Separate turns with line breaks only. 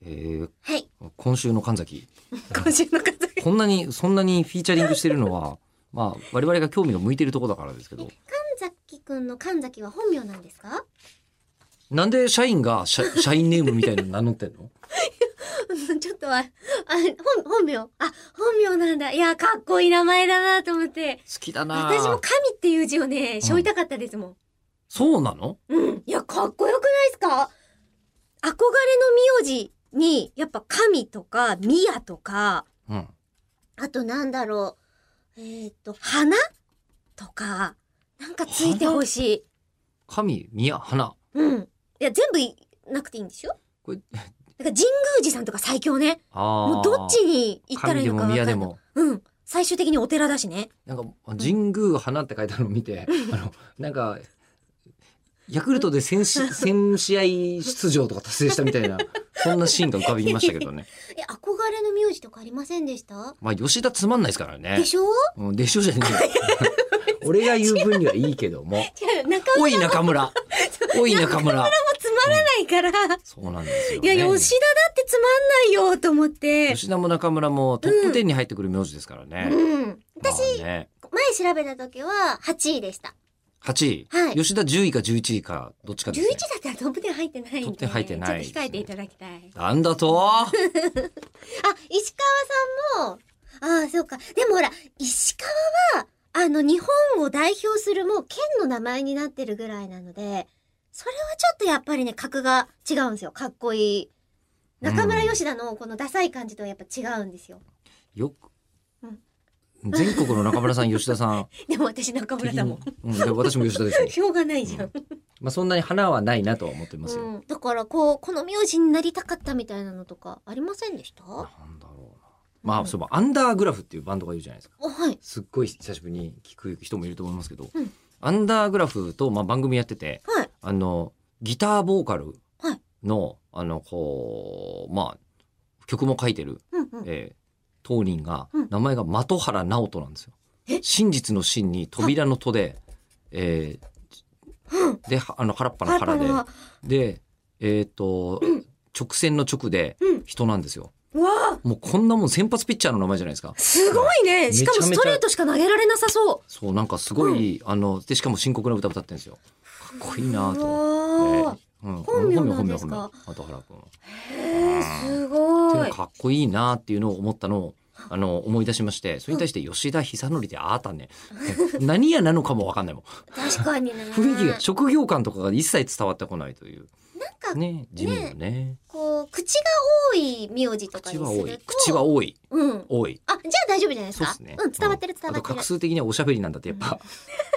はい。
今週の神崎。
今週の神崎。
そんなにフィーチャリングしてるのは、まあ、我々が興味の向いてるところだからですけど。
神崎くんの神崎は本名なんですか？
なんで社員が社員ネームみたいなの名乗ってんの？
ちょっと本名なんだ。いや、かっこいい名前だなと思って。
好きだな。
私も神っていう字をね、背負いたかったですもん。
そうなの？
いや、かっこよくないですか？憧れの名字に、やっぱ神とか、宮とか、あとなんだろう、花とか、なんかついてほしい。
神、宮、花。
いや、全部なくていいんでしょ？これ、だから神宮寺さんとか最強ね。もうどっちに行ったらいいのか分かんない。
神でも宮でも。
最終的にお寺だしね。
なんか、神宮花って書いてあるのを見て、なんか、ヤクルトで1000試合出場とか達成したみたいな、そんなシーンが浮かびましたけどね。
憧れの名字とかありませんでした？
まあ、吉田つまんないですからね。
でしょ？
でしょじゃねえ。俺が言う分にはいいけども。おい中村。おい中村。
もつまらないから。
そうなんですよね。
いや、吉田だってつまんないよと思って。
吉田も中村もトップ10に入ってくる名字ですからね。
私、前調べた時は8位でした。
8位、はい、吉田10位か11位かどっちかですね。
11位だったらトップ10入ってないんで。
トップ10入ってない、
ちょっと控えていただきたい。
なんだと
石川さんも、そうか。でもほら、石川は、日本を代表するもう県の名前になってるぐらいなので、それはちょっとやっぱりね、格が違うんですよ。かっこいい。中村吉田のこのダサい感じとはやっぱ違うんですよ。
よく。全国の中村さん、吉田さん。
でも私中村だもん。
で私も吉田ですよ。
しょうがないじゃん。
まあそんなに花はないなとは思ってますよ。
だからこの名字になりたかったみたいなのとかありませんでした？
なんだろうな。まあそうアンダーグラフっていうバンドがいるじゃないですか。
はい。
すっごい久しぶりに聞く人もいると思いますけど、アンダーグラフとまあ番組やってて、ギターボーカルのこうまあ曲も書いてる当人が名前が的原直人なんですよ。真実の真に扉の戸で、で、原っぱの原で、直線の直で人なんですよ。もうこんなもん先発ピッチャーの名前じゃないですか。
すごいね。しかもストレートしか投げられなさそう。
そう、なんかすごい、で、しかも深刻な歌歌ってるんですよ。かっこいいなと。
本名なんですか？
的原君。
すごい。
かっこいいなっていうのを思ったのを、思い出しましそれに対して吉田久典ってね、何やなのかもわかんないもん。
確かにね。
雰囲気が、職業感とかが一切伝わってこないという。なんかね、地味よね。
こう、口が多い名字とかにすると。
口は多い。多い。
じゃあ大丈夫じゃないですか。
そうですね。
伝わってる。
あと、画数的にはおしゃべりなんだって、やっぱ。